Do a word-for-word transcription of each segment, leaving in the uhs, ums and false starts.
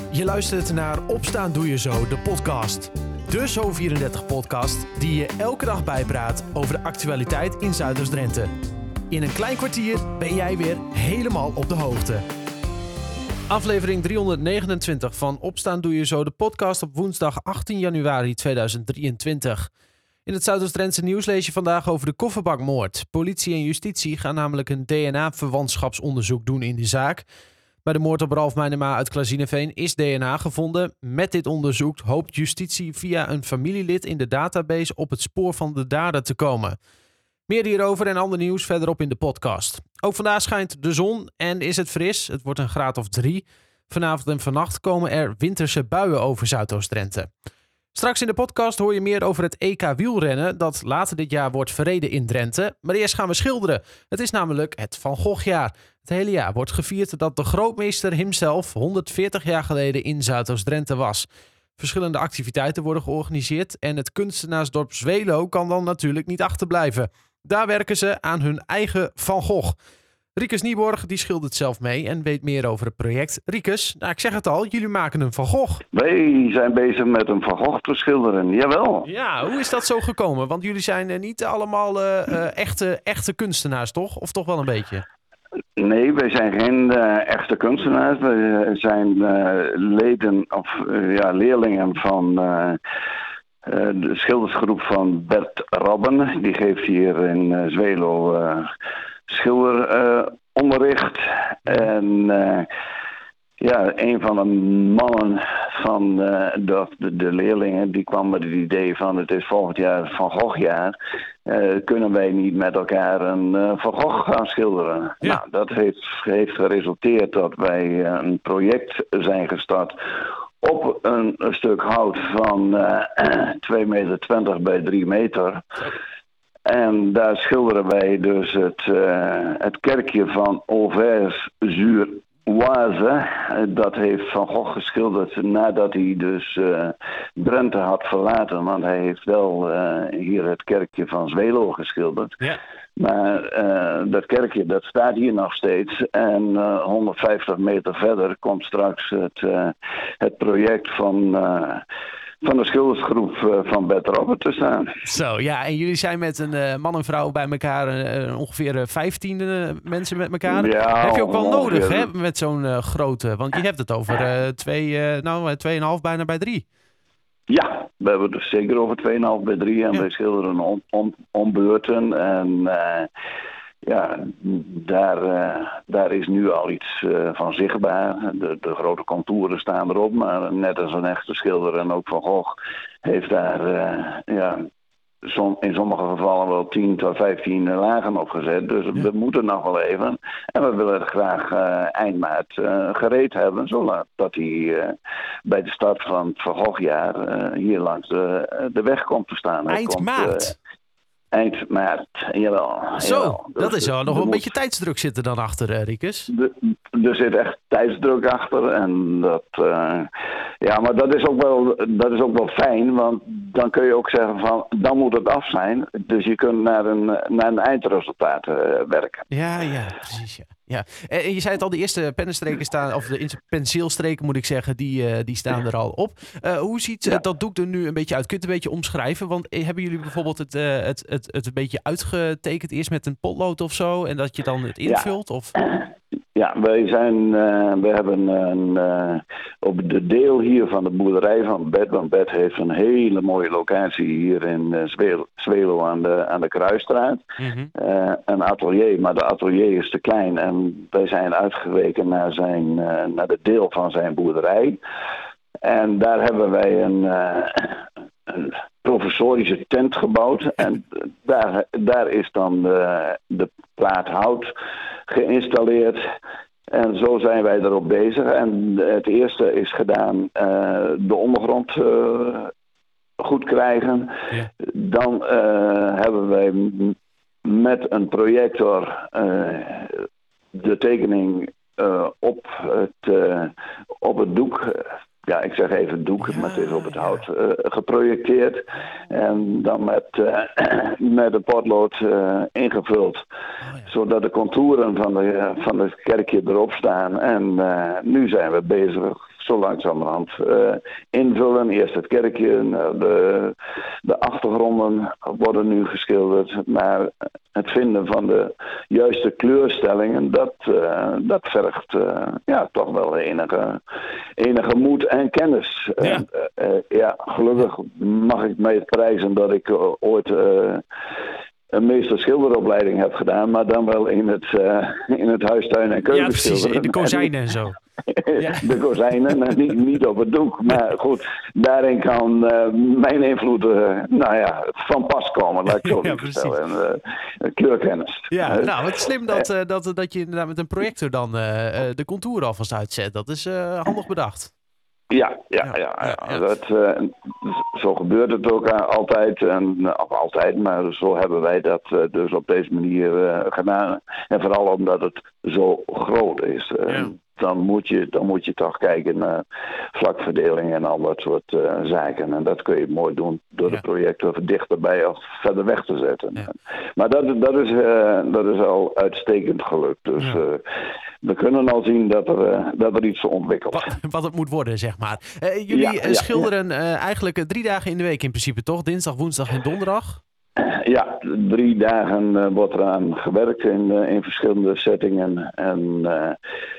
Je luistert naar Opstaan Doe Je Zo, de podcast. De Zo vierendertig podcast die je elke dag bijpraat over de actualiteit in Zuidoost-Drenthe. In een klein kwartier ben jij weer helemaal op de hoogte. Aflevering driehonderdnegenentwintig van Opstaan Doe Je Zo, de podcast op woensdag achttien januari tweeduizend drieëntwintig. In het Zuidoost-Drentse nieuws lees je vandaag over de kofferbakmoord. Politie en justitie gaan namelijk een D N A-verwantschapsonderzoek doen in de zaak. Bij de moord op Ralf Meinema uit Klazineveen is D N A gevonden. Met dit onderzoek hoopt justitie via een familielid in de database op het spoor van de dader te komen. Meer hierover en ander nieuws verderop in de podcast. Ook vandaag schijnt de zon en is het fris. Het wordt een graad of drie. Vanavond en vannacht komen er winterse buien over Zuidoost-Drenthe. Straks in de podcast hoor je meer over het E K wielrennen dat later dit jaar wordt verreden in Drenthe. Maar eerst gaan we schilderen. Het is namelijk het Van Gogh-jaar. Het hele jaar wordt gevierd dat de grootmeester hemzelf honderdveertig jaar geleden in Zuidoost-Drenthe was. Verschillende activiteiten worden georganiseerd en het kunstenaarsdorp Zweelo kan dan natuurlijk niet achterblijven. Daar werken ze aan hun eigen Van Gogh. Riekes Nieborg die schildert zelf mee en weet meer over het project. Riekes, nou ik zeg het al, jullie maken een Van Gogh. Wij zijn bezig met een Van Gogh te schilderen, jawel. Ja, hoe is dat zo gekomen? Want jullie zijn uh, niet allemaal uh, uh, echte, echte kunstenaars, toch? Of toch wel een beetje? Nee, wij zijn geen uh, echte kunstenaars. We zijn uh, leden of uh, ja, leerlingen van uh, uh, de schildersgroep van Bert Robben. Die geeft hier in uh, Zweelo uh, schilderonderricht. Uh, en uh, ja, een van de mannen van uh, de, de, de leerlingen, die kwam met het idee van het is volgend jaar Van Gogh-jaar. Uh, kunnen wij niet met elkaar een uh, Van Gogh gaan schilderen? Ja. Nou, dat heeft, heeft geresulteerd dat wij uh, een project zijn gestart op een, een stuk hout van uh, twee meter twintig bij drie meter. En daar schilderen wij dus het, uh, het kerkje van Auvers-sur Oise. Dat heeft Van Gogh geschilderd nadat hij dus uh, Drenthe had verlaten. Want hij heeft wel uh, hier het kerkje van Zweelo geschilderd. Ja. Maar uh, dat kerkje dat staat hier nog steeds. En uh, honderdvijftig meter verder komt straks het, uh, het project van... Uh, van de schildersgroep uh, van Bert Robben te staan. Zo, ja, en jullie zijn met een uh, man en vrouw bij elkaar, uh, ongeveer vijftien uh, mensen met elkaar. Ja, heb je ook wel ongeveer nodig, hè, met zo'n uh, grote, want je hebt het over uh, twee, uh, nou, tweeënhalf bijna bij drie. Ja, we hebben het zeker over tweeënhalf bij drie en ja. Wij schilderen om, om, om beurten en... Uh, Ja, daar, uh, daar is nu al iets uh, van zichtbaar. De, de grote contouren staan erop, maar net als een echte schilder en ook Van Gogh heeft daar uh, ja, som, in sommige gevallen wel tien tot vijftien lagen opgezet. Dus ja. We moeten nog wel even. En we willen het graag uh, eind maart uh, gereed hebben, zodat hij uh, bij de start van het Van Gogh-jaar uh, hier langs de, de weg komt te staan. Eind komt, maart? Uh, Eind maart, jawel. Zo, jawel. Dus dat is wel nog er een moet... beetje tijdsdruk zitten dan achter, uh, Riekes. De, er zit echt tijdsdruk achter en dat, uh, ja, maar dat is, ook wel, dat is ook wel fijn, want dan kun je ook zeggen van, dan moet het af zijn. Dus je kunt naar een, naar een eindresultaat uh, werken. Ja, ja, precies, ja. Ja. En je zei het al, de eerste pennenstreken staan, of de penseelstreken moet ik zeggen, die, uh, die staan er al op. Uh, hoe ziet uh, dat doek er nu een beetje uit? Kun je het een beetje omschrijven? Want hebben jullie bijvoorbeeld het, uh, het, het, het een beetje uitgetekend eerst met een potlood of zo? En dat je dan het invult? Ja, of? ja wij zijn, uh, we hebben een, uh, op de deel hier van de boerderij van Bert, want Bert heeft een hele mooie locatie hier in uh, Zweelo, Zweelo aan de, aan de Kruisstraat. Mm-hmm. Uh, een atelier, maar de atelier is te klein en wij zijn uitgeweken naar, zijn, uh, naar de deel van zijn boerderij. En daar hebben wij een, uh, een professorische tent gebouwd. En daar, daar is dan de, de plaat hout geïnstalleerd. En zo zijn wij erop bezig. En het eerste is gedaan, uh, de ondergrond uh, goed krijgen. Ja. Dan uh, hebben wij met een projector uh, de tekening uh, op, het, uh, op het doek... Ja, ik zeg even doek, ja, maar het is op het hout uh, geprojecteerd. En dan met, uh, met een potlood uh, ingevuld. Oh, ja. Zodat de contouren van, de, van het kerkje erop staan. En uh, nu zijn we bezig zo langzamerhand uh, invullen. Eerst het kerkje, de, de achtergronden worden nu geschilderd. Maar het vinden van de juiste kleurstellingen, dat, uh, dat vergt uh, ja, toch wel enige, enige moed en kennis. Ja. En, uh, uh, ja, gelukkig mag ik mij prijzen dat ik uh, ooit uh, een meester schilderopleiding heb gedaan, maar dan wel in het, uh, in het huistuin- en keukenschilderen. Ja, precies, in de kozijnen en zo. Ja. De kozijnen, en niet, niet op het doek. Maar goed, daarin kan uh, mijn invloed uh, nou ja, van pas komen, laat ik zo ja, vertellen. En, uh, kleurkennis. Ja, uh, nou, wat slim dat, uh, dat, dat je inderdaad met een projector dan uh, uh, de contouren alvast uitzet. Dat is uh, handig bedacht. Ja, ja, ja, ja, ja. ja. Dat, uh, zo gebeurt het ook uh, altijd. En, of altijd, maar zo hebben wij dat uh, dus op deze manier uh, gedaan. En vooral omdat het zo groot is. Uh, ja. Dan moet, je, dan moet je toch kijken naar vlakverdeling en al dat soort uh, zaken. En dat kun je mooi doen door ja. de projector dichterbij of verder weg te zetten. Ja. Maar dat, dat, is, uh, dat is al uitstekend gelukt. Dus ja. uh, we kunnen al zien dat er, uh, dat er iets ontwikkelt. Wat, wat het moet worden, zeg maar. Uh, jullie ja, ja, schilderen ja. Uh, eigenlijk uh, drie dagen in de week in principe, toch? Dinsdag, woensdag en donderdag? Ja, drie dagen uh, wordt eraan gewerkt in, uh, in verschillende settingen. En uh,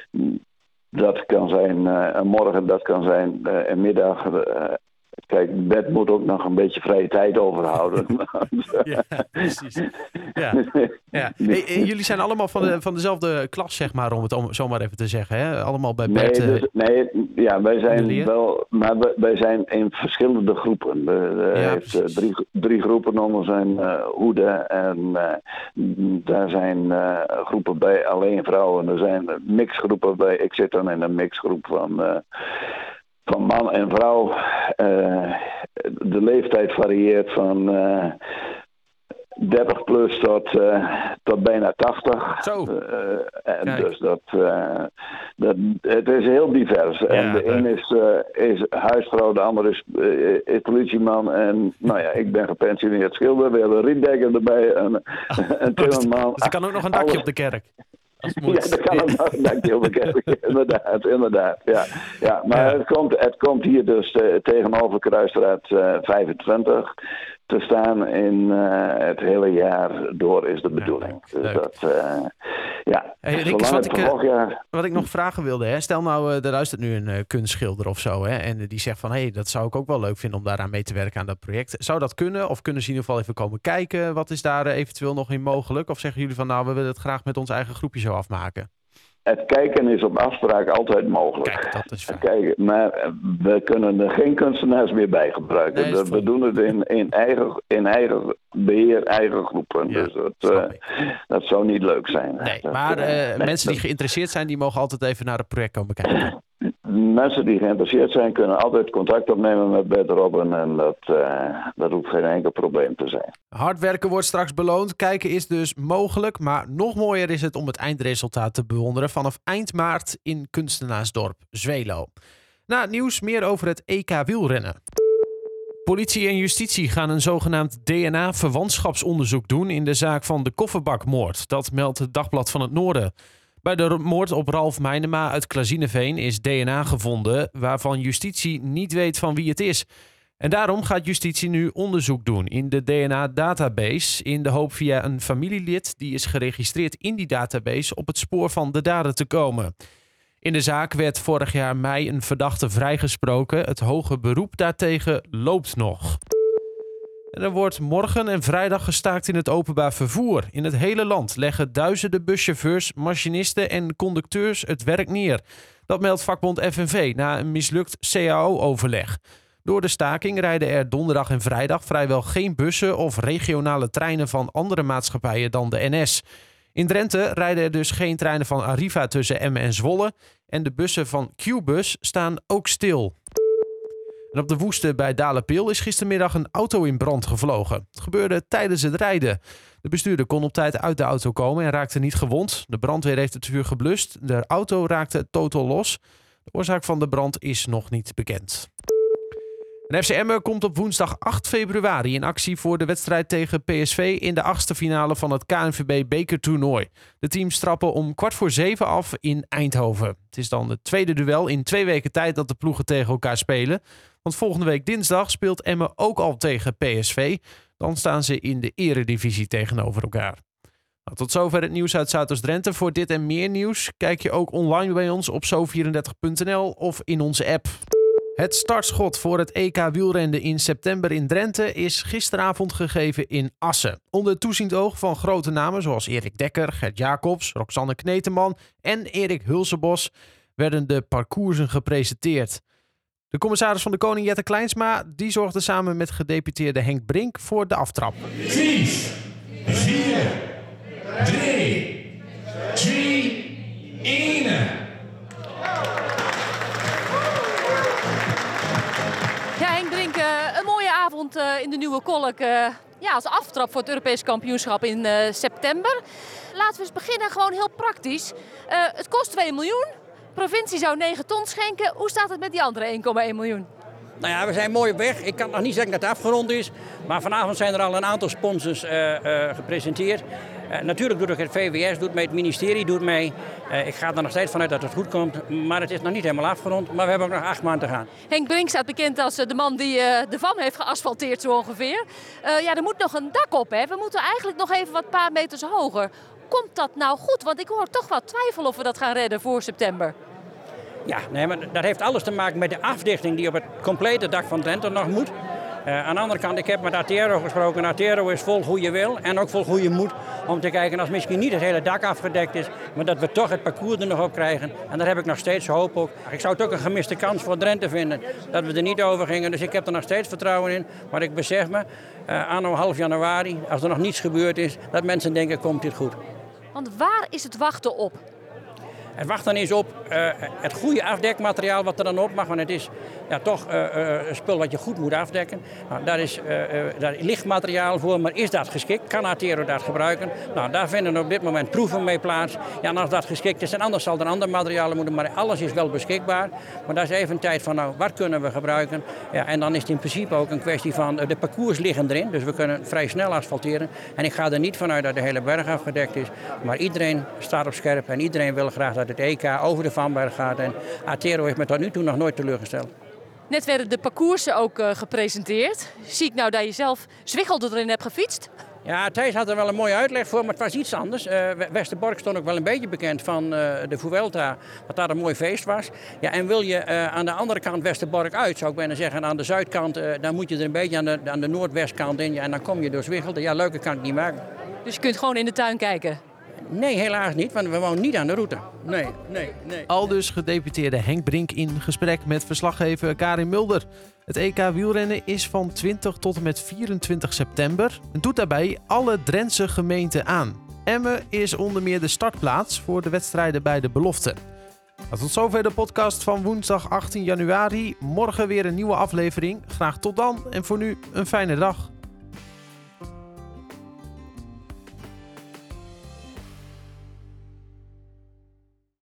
dat kan zijn uh, een morgen, dat kan zijn uh, een middag. Uh, kijk, Bert moet ook nog een beetje vrije tijd overhouden. Ja, precies. Ja. Ja. Hey, hey, jullie zijn allemaal van, de, van dezelfde klas, zeg maar, om het om, zo maar even te zeggen. Hè? Allemaal bij Bert. Nee, dus, nee ja, wij zijn wel, maar wij, wij zijn in verschillende groepen. Er ja, heeft uh, drie, drie groepen onder zijn uh, hoede. En uh, daar zijn uh, groepen bij alleen vrouwen. Er zijn mixgroepen bij. Ik zit dan in een mixgroep van... Uh, Van man en vrouw. Uh, de leeftijd varieert van uh, dertig plus tot, uh, tot bijna tachtig. Zo. Uh, en dus dat, uh, dat, het is heel divers. Ja, en de een is, uh, is huisvrouw, de ander is, uh, is politieman. En nou ja, ik ben gepensioneerd schilder. We hebben een rietdekker erbij. En, oh, een timmerman. Dus er kan ook nog een dakje Alles. op de kerk. Ja, dat kan ook nog een dakje op de kerk. Inderdaad, inderdaad. Ja. Ja, maar ja. Het, komt, het komt hier dus uh, tegenover Kruisstraat uh, vijfentwintig te staan in uh, het hele jaar door is de bedoeling. Ja, dus dat, uh, ja. Hey, Rickes, wat, ik, uh, wat ik nog vragen wilde, hè? Stel nou, uh, er luistert nu een uh, kunstschilder of zo, hè? En uh, die zegt van, hé, hey, dat zou ik ook wel leuk vinden om daaraan mee te werken aan dat project. Zou dat kunnen? Of kunnen ze in ieder geval even komen kijken? Wat is daar uh, eventueel nog in mogelijk? Of zeggen jullie van, nou, we willen het graag met ons eigen groepje zo afmaken? Het kijken is op afspraak altijd mogelijk. Kijk, dat is fijn. Kijken, maar we kunnen er geen kunstenaars meer bij gebruiken. Nee, we doen het in, in, eigen, in eigen beheer, eigen groepen. Ja, dus dat, uh, dat zou niet leuk zijn. Nee, dat, maar uh, nee, mensen dat... die geïnteresseerd zijn, die mogen altijd even naar het project komen kijken. Mensen die geïnteresseerd zijn, kunnen altijd contact opnemen met Bert Robben. En dat, uh, dat hoeft geen enkel probleem te zijn. Hard werken wordt straks beloond. Kijken is dus mogelijk. Maar nog mooier is het om het eindresultaat te bewonderen vanaf eind maart in Kunstenaarsdorp Zweelo. Na het nieuws meer over het E K wielrennen. Politie en justitie gaan een zogenaamd D N A-verwantschapsonderzoek doen in de zaak van de kofferbakmoord. Dat meldt het Dagblad van het Noorden. Bij de moord op Ralf Meinema uit Klazineveen is D N A gevonden waarvan justitie niet weet van wie het is. En daarom gaat justitie nu onderzoek doen in de D N A-database in de hoop via een familielid die is geregistreerd in die database op het spoor van de dader te komen. In de zaak werd vorig jaar mei een verdachte vrijgesproken. Het hoge beroep daartegen loopt nog. En er wordt morgen en vrijdag gestaakt in het openbaar vervoer. In het hele land leggen duizenden buschauffeurs, machinisten en conducteurs het werk neer. Dat meldt vakbond F N V na een mislukt C A O-overleg. Door de staking rijden er donderdag en vrijdag vrijwel geen bussen of regionale treinen van andere maatschappijen dan de N S. In Drenthe rijden er dus geen treinen van Arriva tussen Emmen en Zwolle. En de bussen van Q-bus staan ook stil. En op de Woeste bij Dalepil is gistermiddag een auto in brand gevlogen. Het gebeurde tijdens het rijden. De bestuurder kon op tijd uit de auto komen en raakte niet gewond. De brandweer heeft het vuur geblust. De auto raakte totaal los. De oorzaak van de brand is nog niet bekend. En F C Emmen komt op woensdag acht februari in actie voor de wedstrijd tegen P S V in de achtste finale van het K N V B bekertoernooi. De teams trappen om kwart voor zeven af in Eindhoven. Het is dan het tweede duel in twee weken tijd dat de ploegen tegen elkaar spelen. Want volgende week dinsdag speelt Emmen ook al tegen P S V. Dan staan ze in de eredivisie tegenover elkaar. Nou, tot zover het nieuws uit Zuidoost-Drenthe. Voor dit en meer nieuws kijk je ook online bij ons op zo vierendertig punt n l of in onze app. Het startschot voor het E K wielrennen in september in Drenthe is gisteravond gegeven in Assen. Onder toeziend oog van grote namen zoals Erik Dekker, Gert Jacobs, Roxanne Kneteman en Erik Hulsebos werden de parcoursen gepresenteerd. De commissaris van de Koning Jette Kleinsma die zorgde samen met gedeputeerde Henk Brink voor de aftrap. vijf, vier, drie, twee, één. Ja, Henk Brink, uh, een mooie avond uh, in de Nieuwe Kolk. Uh, ja, als aftrap voor het Europees kampioenschap in uh, september. Laten we eens beginnen, gewoon heel praktisch. Uh, het kost twee miljoen. De provincie zou negen ton schenken. Hoe staat het met die andere één komma één miljoen? Nou ja, we zijn mooi op weg. Ik kan nog niet zeggen dat het afgerond is. Maar vanavond zijn er al een aantal sponsors uh, uh, gepresenteerd. Uh, natuurlijk doet ook het V W S, doet mee, het ministerie doet mee. Uh, ik ga er nog steeds vanuit dat het goed komt. Maar het is nog niet helemaal afgerond. Maar we hebben ook nog acht maanden te gaan. Henk Brink staat bekend als de man die uh, de Van heeft geasfalteerd zo ongeveer. Uh, ja, er moet nog een dak op, hè. We moeten eigenlijk nog even wat paar meters hoger. Komt dat nou goed? Want ik hoor toch wat twijfel of we dat gaan redden voor september. Ja, nee, maar dat heeft alles te maken met de afdichting die op het complete dak van Drenthe nog moet. Uh, aan de andere kant, ik heb met Atero gesproken. Atero is vol goede wil en ook vol goede moed om te kijken als misschien niet het hele dak afgedekt is, maar dat we toch het parcours er nog op krijgen. En daar heb ik nog steeds hoop op. Ik zou het ook een gemiste kans voor Drenthe vinden, dat we er niet over gingen. Dus ik heb er nog steeds vertrouwen in. Maar ik besef me, uh, anno half januari, als er nog niets gebeurd is, dat mensen denken, komt dit goed. Want waar is het wachten op? Het wachten is op uh, het goede afdekmateriaal wat er dan op mag. Want het is ja, toch uh, uh, een spul wat je goed moet afdekken. Nou, daar, is, uh, uh, daar ligt materiaal voor, maar is dat geschikt? Kan Atero dat gebruiken? Nou, daar vinden op dit moment proeven mee plaats. Ja, en als dat geschikt is, en anders zal er andere materialen moeten. Maar alles is wel beschikbaar. Maar daar is even een tijd van, nou, wat kunnen we gebruiken? Ja, en dan is het in principe ook een kwestie van, uh, de parcours liggen erin. Dus we kunnen vrij snel asfalteren. En ik ga er niet vanuit dat de hele berg afgedekt is. Maar iedereen staat op scherp en iedereen wil graag dat het E K over de Vanberg gaat. En Atero heeft me tot nu toe nog nooit teleurgesteld. Net werden de parcoursen ook uh, gepresenteerd. Zie ik nou dat je zelf Zwiggelde erin hebt gefietst? Ja, Thijs had er wel een mooie uitleg voor, maar het was iets anders. Uh, Westerbork stond ook wel een beetje bekend van uh, de Vuelta, dat daar een mooi feest was. Ja, en wil je uh, aan de andere kant Westerbork uit, zou ik bijna zeggen, aan de zuidkant, uh, dan moet je er een beetje aan de, aan de noordwestkant in. Ja, en dan kom je door Zwiggelde. Ja, leuker kan ik niet maken. Dus je kunt gewoon in de tuin kijken? Nee, helaas niet, want we wonen niet aan de route. Nee, nee, nee. Aldus gedeputeerde Henk Brink in gesprek met verslaggever Karin Mulder. Het E K wielrennen is van twintig tot en met vierentwintig september en doet daarbij alle Drentse gemeenten aan. Emmen is onder meer de startplaats voor de wedstrijden bij de belofte. Nou, tot zover de podcast van woensdag achttien januari. Morgen weer een nieuwe aflevering. Graag tot dan en voor nu een fijne dag.